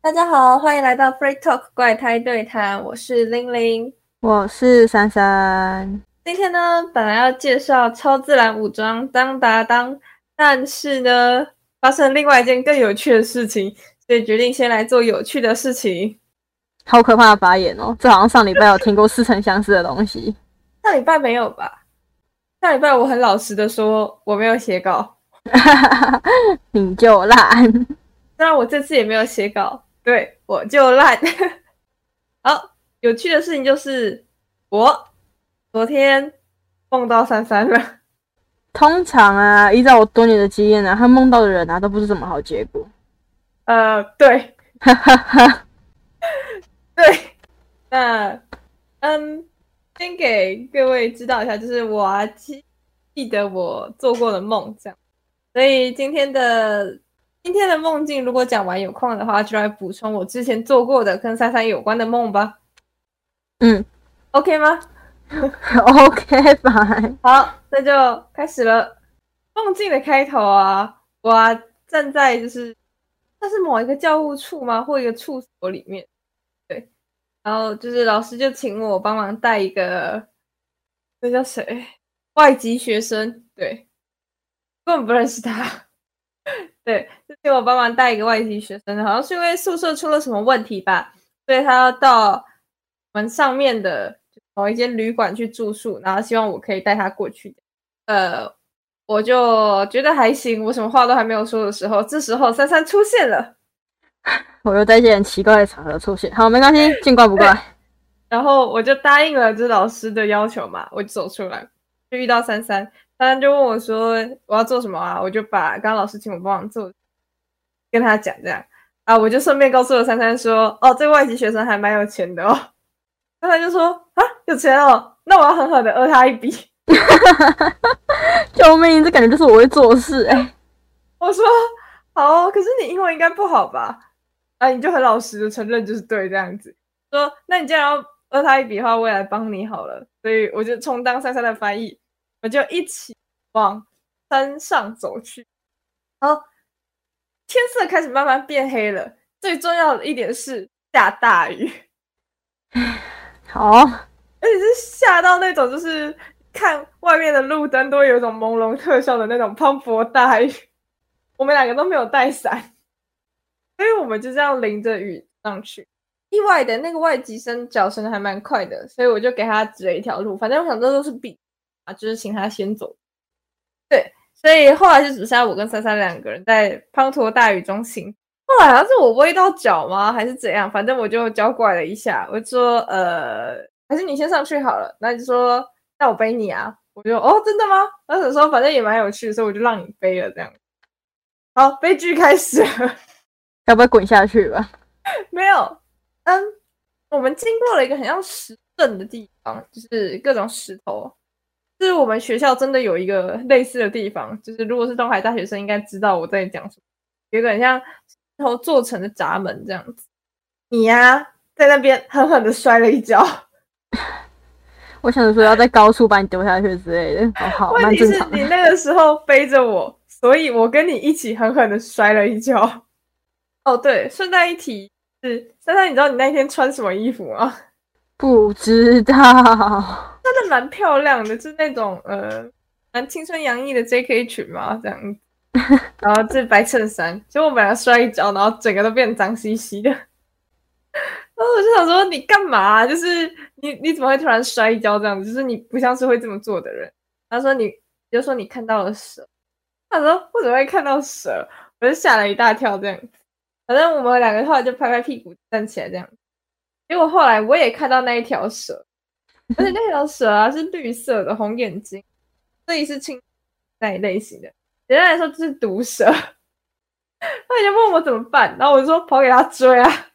大家好，欢迎来到 Free Talk 怪胎对谈，我是玲玲， 我是珊珊。 今天呢，本来要介绍超自然武装当当当，但是呢，发生另外一件更有趣的事情，所以决定先来做有趣的事情。 好可怕的发言哦！这好像上礼拜有听过似曾相识的东西。 上礼拜没有吧？上礼拜我很老实的说我没有写稿， 你就烂。 虽然我这次也没有写稿，对，我就烂。好，有趣的事情就是我昨天梦到珊珊了。 通常啊，依照我多年的经验啊，他梦到的人啊，都不是什么好结果。 对对，那先给各位知道一下，就是我记得我做过的梦这样，所以今天的梦境如果讲完有空的话，就来补充我之前做过的跟珊珊有关的梦吧。OK 吗？ OK 吧。 好，那就开始了。梦境的开头啊，我站在那是某一个教务处吗？或一个处所里面，对。然后就是老师就请我帮忙带一个，那叫谁？外籍学生，对，根本不认识他。对，就请我帮忙带一个外籍学生，好像是因为宿舍出了什么问题吧，所以他要到我们上面的某一间旅馆去住宿，然后希望我可以带他过去。我就觉得还行，我什么话都还没有说的时候，这时候珊珊出现了。 我又在一些很奇怪的场合出现。好，没关系，见怪不怪。 然后我就答应了这老师的要求嘛，我就走出来，就遇到珊珊，珊珊就问我说我要做什么啊，我就把刚刚老师请我帮忙做，跟他讲这样啊，我就顺便告诉了珊珊说，哦，这个外籍学生还蛮有钱的哦。珊珊就说啊，有钱哦，那我要狠狠的讹他一笔。 救命！这感觉就是我会做的事我说好，可是你英文应该不好吧？啊，你就很老实的承认就是对这样子，说那你既然要讹他一笔的话，我也来帮你好了。所以我就充当珊珊的翻译，我就一起往山上走去。好，天色开始慢慢变黑了，最重要的一点是下大雨， 好， 而且是下到那种就是看外面的路灯都会有一种朦胧特效的那种磅礴大雨。我们两个都没有带伞，所以我们就这样淋着雨上去。意外的那个外籍生脚程还蛮快的，所以我就给他指了一条路。反正我想这都是必啊，就是请他先走。对，所以后来就只剩下我跟珊珊两个人在滂沱大雨中行。后来好像是我微到脚吗，还是怎样？反正我就脚拐了一下，我就说还是你先上去好了。那就说那我背你啊。我就哦真的吗？然后说反正也蛮有趣的，所以我就让你背了这样。好，悲剧开始了。 要不要滚下去吧？ 没有，我们经过了一个很像石阵的地方，就是各种石头。就是我们学校真的有一个类似的地方，就是如果是东海大学生应该知道我在讲什么，有点像石头做成的闸门这样子。你呀、在那边狠狠的摔了一跤。 我想说要在高处把你丢下去之类的。哦，好， 问题是蛮正常的。 你那个时候背着我，所以我跟你一起狠狠的摔了一跤。哦，对，顺带一提是，珊珊，你知道你那天穿什么衣服吗？ 不知道。 真的蛮漂亮的，就是那种蛮青春洋溢的 JK 裙嘛，这样子。然后这白衬衫，结果我本来摔一跤，然后整个都变脏兮兮的。然后我就想说，你干嘛啊？就是你怎么会突然摔一跤这样子？就是你不像是会这么做的人。他说你就说你看到了蛇，他说我怎么会看到蛇？我就吓了一大跳这样子。反正我们两个后来就拍拍屁股站起来这样。结果后来我也看到那一条蛇，而且那条蛇啊是绿色的，红眼睛，所以是青那一类型的。简单来说就是毒蛇。他就问我怎么办，然后我就说跑给他追啊。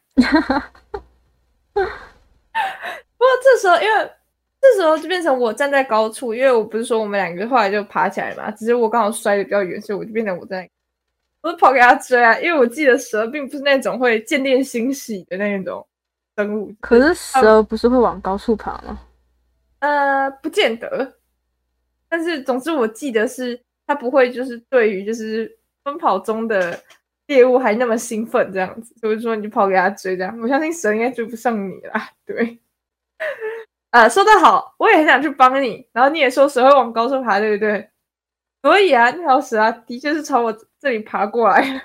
不过这时候因为这时候就变成我站在高处，因为我不是说我们两个后来就爬起来嘛，只是我刚好摔得比较远，所以我就变成我就跑给他追啊，因为我记得蛇并不是那种会见猎心喜的那种生物。 可是蛇不是会往高处爬吗？ 不见得，但是总之我记得是它不会就是对于就是奔跑中的猎物还那么兴奋这样子，所以我就说你就跑给他追这样。我相信蛇应该追不上你啦，对。说得好，我也很想去帮你。然后你也说蛇会往高处爬，对不对？所以啊，那条蛇啊，的确是朝我这里爬过来了。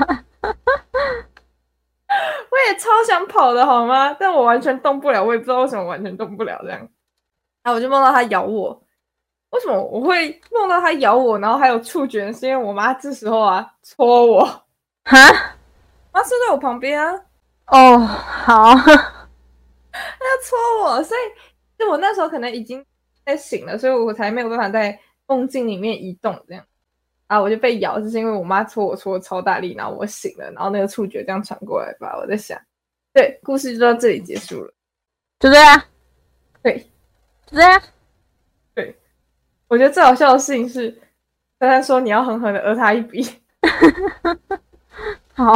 我也超想跑的好吗？但我完全动不了，我也不知道为什么完全动不了这样。然后我就梦到它咬我。为什么我会梦到它咬我，然后还有触觉？是因为我妈这时候啊戳我。 哈？ 妈睡在我旁边啊。 哦，好。 她要戳我，所以就我那时候可能已经在醒了，所以我才没有办法在梦境里面移动这样。我就被咬，就是因为我妈戳我戳超大力，然后我醒了，然后那个触觉这样传过来吧。我在想，对，故事就到这里结束了。 就这样。 对， 就这样。 对，我觉得最好笑的事情是，珊珊说你要狠狠的讹他一笔。 好。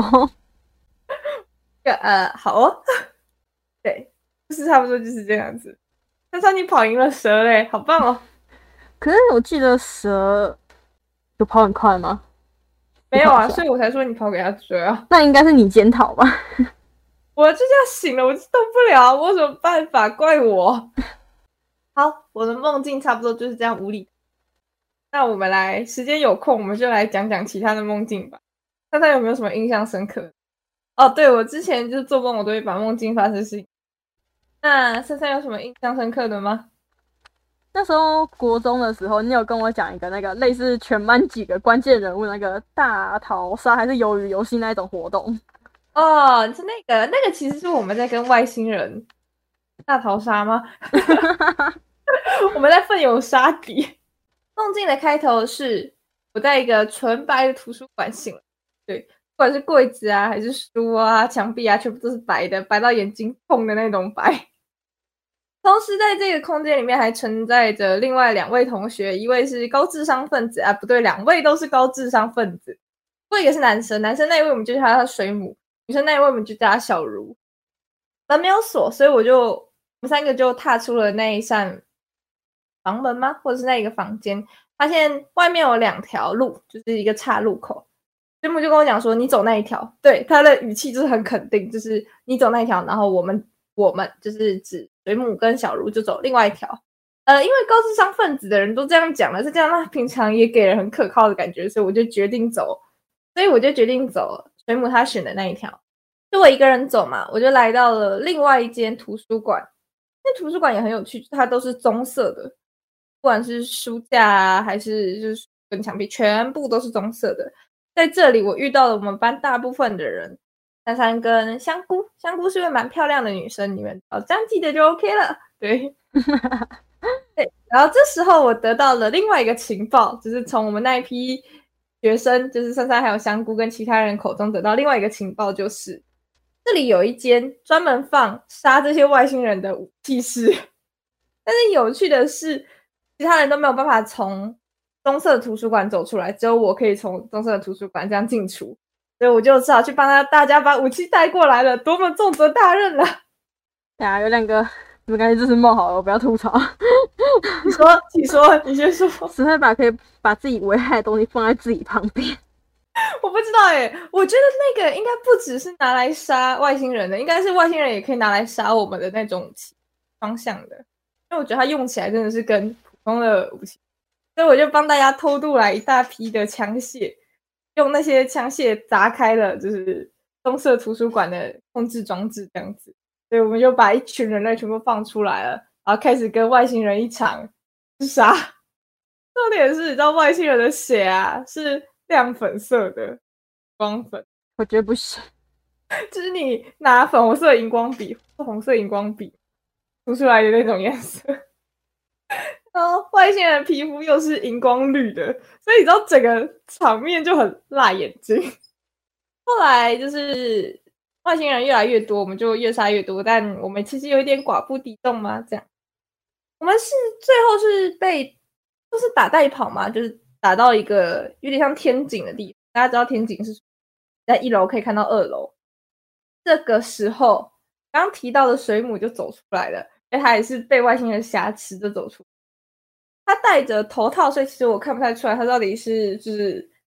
好哦。对，就是差不多就是这样子。珊珊你跑赢了蛇嘞，好棒哦！ 可是我记得蛇有跑很快吗？ 没有啊，所以我才说你跑给他追啊。 那应该是你检讨吧。 我就这样醒了，我就动不了，我有什么办法？怪我。好，我的梦境差不多就是这样无理。那我们来，时间有空，我们就来讲讲其他的梦境吧。看看有没有什么印象深刻。哦，对，我之前就是做梦，我都会把梦境发生事情。那珊珊有什么印象深刻的吗？ 那时候国中的时候，你有跟我讲一个那个类似全班几个关键人物那个大逃杀还是鱿鱼游戏那一种活动。 哦，是那个其实是我们在跟外星人大逃杀吗？我们在奋勇杀敌。梦境的开头是我在一个纯白的图书馆醒了，对，不管是柜子啊还是书啊墙壁啊全部都是白的，白到眼睛痛的那种白。同时在这个空间里面还存在着另外2位同学，一位是高智商分子啊，不对，2位都是高智商分子。不过一个是男生，男生那一位我们就叫他水母，女生那一位我们就叫他小茹。门没有锁，所以我们3个就踏出了那一扇房门吗？或者是那一个房间，发现外面有2条路，就是一个岔路口。水母就跟我讲说：“你走那一条。”对，他的语气就是很肯定，就是你走那一条，然后我们就是指水母跟小茹就走另外一条。因为高智商分子的人都这样讲了，是这样，那平常也给人很可靠的感觉，所以我就决定走水母他选的那一条。就我一个人走嘛，我就来到了另外一间图书馆。那图书馆也很有趣，它都是棕色的，不管是书架啊，还是就是跟墙壁，全部都是棕色的。在这里，我遇到了我们班大部分的人，珊珊跟香菇，香菇是位蛮漂亮的女生，你们这样记得就 OK 了。对，对。然后这时候我得到了另外一个情报，就是从我们那一批学生，就是珊珊还有香菇跟其他人口中得到另外一个情报，就是这里有一间专门放杀这些外星人的武器室。但是有趣的是，其他人都没有办法从棕色的图书馆走出来，只有我可以从棕色的图书馆这样进出，所以我就只好去帮大家把武器带过来了，多么重责大任啊！ 对啊，有2个，你们感觉这是梦好了，我不要吐槽。 你说，你先说。 只会可以把自己危害的东西放在自己旁边。 我不知道耶，我觉得那个应该不只是拿来杀外星人的，应该是外星人也可以拿来杀我们的那种方向的，因为我觉得它用起来真的是跟普通的武器。所以我就帮大家偷渡来一大批的枪械，用那些枪械砸开了就是棕色图书馆的控制装置这样子。所以我们就把一群人类全部放出来了，然后开始跟外星人一场厮杀。重点是你知道外星人的血啊是亮粉色的光粉， 我觉得不行。 就是你拿粉红色荧光笔或红色荧光笔涂出来的那种颜色。然后外星人的皮肤又是荧光绿的，所以你知道整个场面就很辣眼睛。后来就是外星人越来越多，我们就越杀越多，但我们其实有一点寡不敌众嘛，这样。我们是最后是就是打带跑嘛，就是打到一个有点像天井的地方。大家知道天井是在1楼可以看到2楼。这个时候刚提到的水母就走出来了，因为他也是被外星人挟持就走出来。他戴着头套，所以其实我看不太出来他到底是就是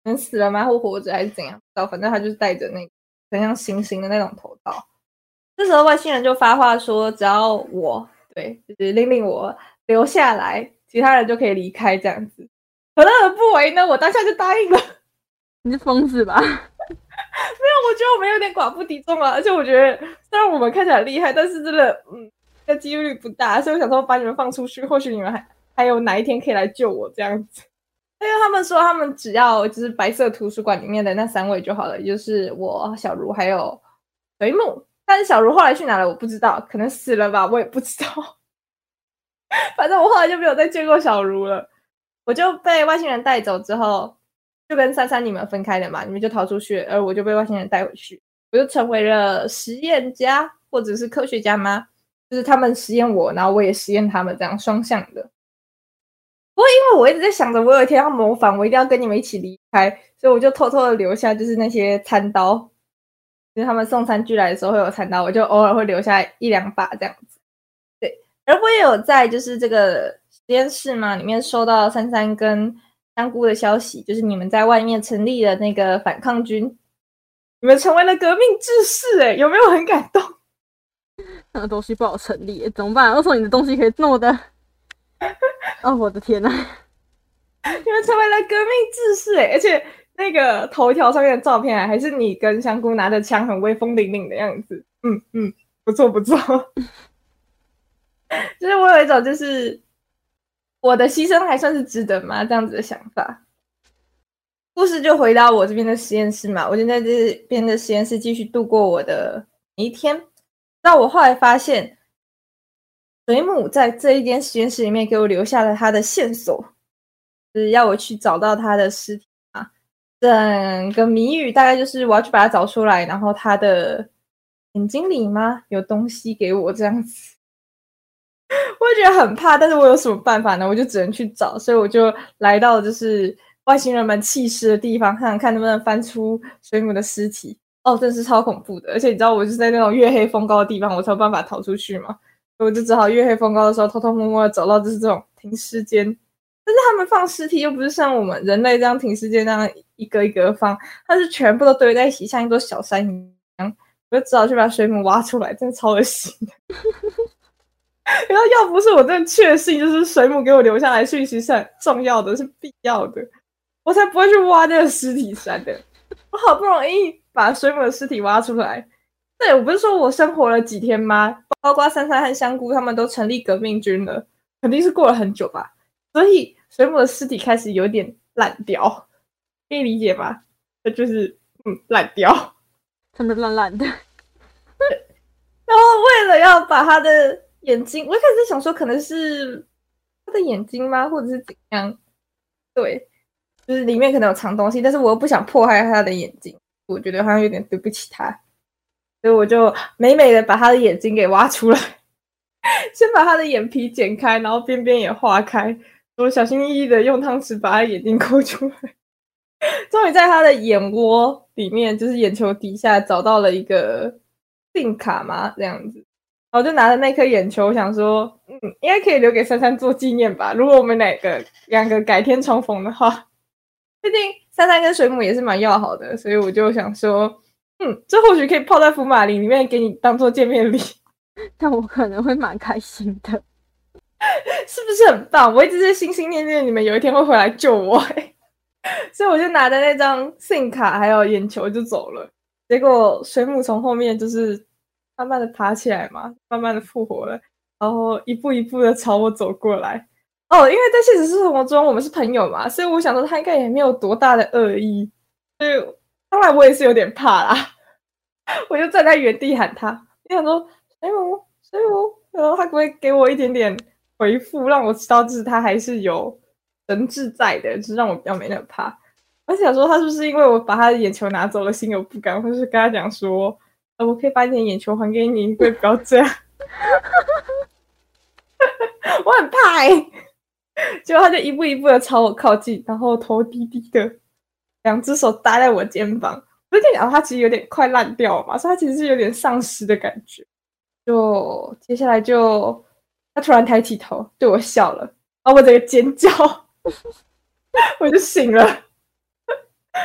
可能死了吗或活着还是怎样，不知道，反正他就是戴着那个很像星星的那种头套。这时候外星人就发话说，只要我就是令我留下来，其他人就可以离开这样子。何乐而不为呢？我当下就答应了。 你是疯子吧？没有， 我觉得我们有点寡不敌众啊，而且我觉得虽然我们看起来很厉害，但是真的这几率不大，所以我想说把你们放出去，或许你们还有哪一天可以来救我这样子。因为他们说他们只要就是白色图书馆里面的那3位就好了，也就是我、小茹还有水母。但是小茹后来去哪了我不知道，可能死了吧，我也不知道。反正我后来就没有再见过小茹了。我就被外星人带走之后，就跟珊珊你们分开了嘛，你们就逃出去，而我就被外星人带回去，我就成为了实验家或者是科学家吗？就是他们实验我，然后我也实验他们，这样双向的。不过因为我一直在想着我有一天要谋反，我一定要跟你们一起离开，所以我就偷偷的留下就是那些餐刀，就是他们送餐具来的时候会有餐刀，我就偶尔会留下1-2把这样子。对，而我也有在就是这个实验室嘛里面收到珊珊跟香菇的消息，就是你们在外面成立了那个反抗军，你们成为了革命志士，有没有很感动？ 那个东西不好成立，怎么办？为什么你的东西可以这么的？哦，我的天哪！ 你们成为了革命志士，而且那个头条上面的照片还是你跟香菇拿着枪很威风凛凛的样子。不错不错。就是我有一种就是我的牺牲还算是值得吗这样子的想法。故事就回到我这边的实验室嘛，我就在这边的实验室继续度过我的每一天。那我后来发现水母在这一间实验室里面给我留下了他的线索，就是要我去找到他的尸体嘛。整个谜语大概就是我要去把它找出来，然后他的眼睛里吗有东西给我这样子。我会觉得很怕，但是我有什么办法呢？我就只能去找，所以我就来到就是外星人们弃尸的地方，看看能不能翻出水母的尸体。哦，真的是超恐怖的，而且你知道我就是在那种月黑风高的地方，我才有办法逃出去嘛。我就只好月黑风高的时候偷偷摸摸的走到就是这种停尸间，但是他们放尸体又不是像我们人类这样停尸间那样一个一个放，它是全部都堆在一起，像一座小山一样。我就只好去把水母挖出来，真的超恶心的。然后要不是我真的确信就是水母给我留下来讯息是很重要的，是必要的，我才不会去挖这个尸体山的。我好不容易把水母的尸体挖出来，对，我不是说我生活了几天吗？包括珊珊和香菇他们都成立革命军了，肯定是过了很久吧。所以水母的尸体开始有点烂掉，可以理解吧？这就是烂掉， 他们烂烂的。 然后为了要把他的眼睛，我一开始想说可能是他的眼睛吗，或者是怎样？对，就是里面可能有藏东西，但是我又不想破坏他的眼睛，我觉得好像有点对不起他，所以我就美美的把他的眼睛给挖出来，先把他的眼皮剪开，然后边边也划开，我小心翼翼的用汤匙把他的眼睛抠出来，终于在他的眼窝里面，就是眼球底下找到了一个信卡嘛，这样子。然后就拿着那颗眼球，想说，应该可以留给珊珊做纪念吧。如果我们两个改天重逢的话，毕竟珊珊跟水母也是蛮要好的，所以我就想说，这或许可以泡在福马林里面给你当做见面礼。 但我可能会蛮开心的， 是不是很棒？我一直是心心念念你们有一天会回来救我，所以我就拿着那张信卡还有眼球就走了。结果水母从后面就是慢慢的爬起来嘛，慢慢的复活了，然后一步一步的朝我走过来。哦，因为在现实生活中我们是朋友嘛，所以我想说他应该也没有多大的恶意，所以当然我也是有点怕啦。我就站在原地喊他，我想说水母水母，然后他可不可以给我一点点回复，让我知道就是他还是有神智在的，就是让我比较没那么怕。我想说他是不是因为我把他的眼球拿走了心有不甘，或是跟他讲说我可以把你的眼球还给你，你可以不要这样。我很怕结果他就一步一步的朝我靠近，然后头低低的，两只手搭在我肩膀。我就跟你讲他其实有点快烂掉了嘛，所以他其实是有点丧失的感觉。就接下来就他突然抬起头对我笑了，然后我整个尖叫我就醒了。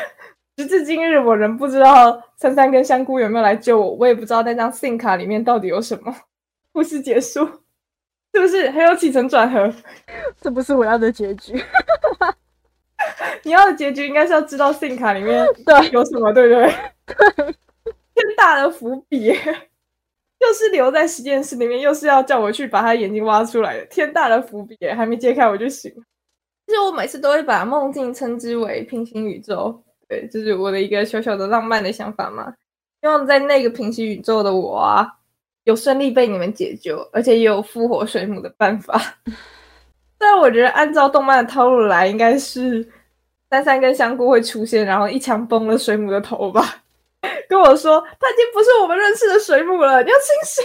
时至今日，我仍不知道珊珊跟香菇有没有来救我，我也不知道那张 SIM 卡里面到底有什么。故事结束，是不是很有起承转合？ 这不是我要的结局。 你要的结局应该是要知道 SIM 卡里面对有什么，对不对？ 对， 天大的伏笔耶，又是留在实验室里面，又是要叫我去把他眼睛挖出来的，天大的伏笔耶，还没揭开我就醒了。其实我每次都会把梦境称之为平行宇宙，对，这是我的一个小小的浪漫的想法嘛。希望在那个平行宇宙的我啊，有顺利被你们解救，而且也有复活水母的办法。但我觉得按照动漫的套路来，应该是珊珊跟香菇会出现，然后一枪崩了水母的头吧。跟我说他已经不是我们认识的水母了，你要清醒。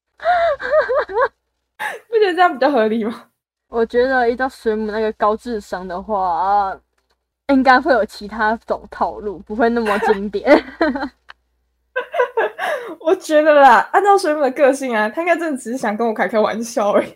不觉得这样比较合理吗？ 我觉得依照水母那个高智商的话，应该会有其他种套路，不会那么经典。 我觉得啦，按照水母的个性啊，他应该真的只是想跟我开开玩笑而已。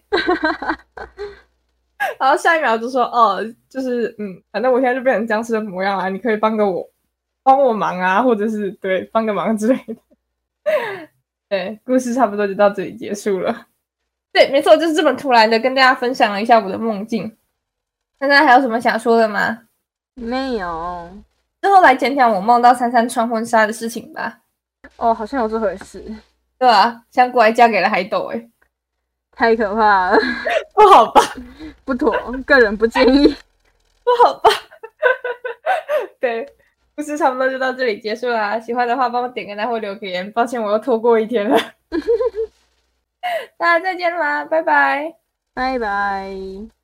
然后下一秒就说：“哦，就是反正我现在就变成僵尸的模样啊，你可以帮我忙啊，或者是对帮个忙之类的。”对，故事差不多就到这里结束了。对，没错，就是这么突然的跟大家分享了一下我的梦境。珊珊还有什么想说的吗？ 没有。 之后来讲讲我梦到珊珊穿婚纱的事情吧。 哦，好像有这回事。 对啊，香菇还嫁给了海斗欸， 太可怕了。 不好吧？ 不妥，个人不建议。 不好吧？对，故事差不多就到这里结束啦。喜欢的话帮我点个赞或留个言。抱歉，我又拖过一天了。大家再见啦，拜拜， 拜拜。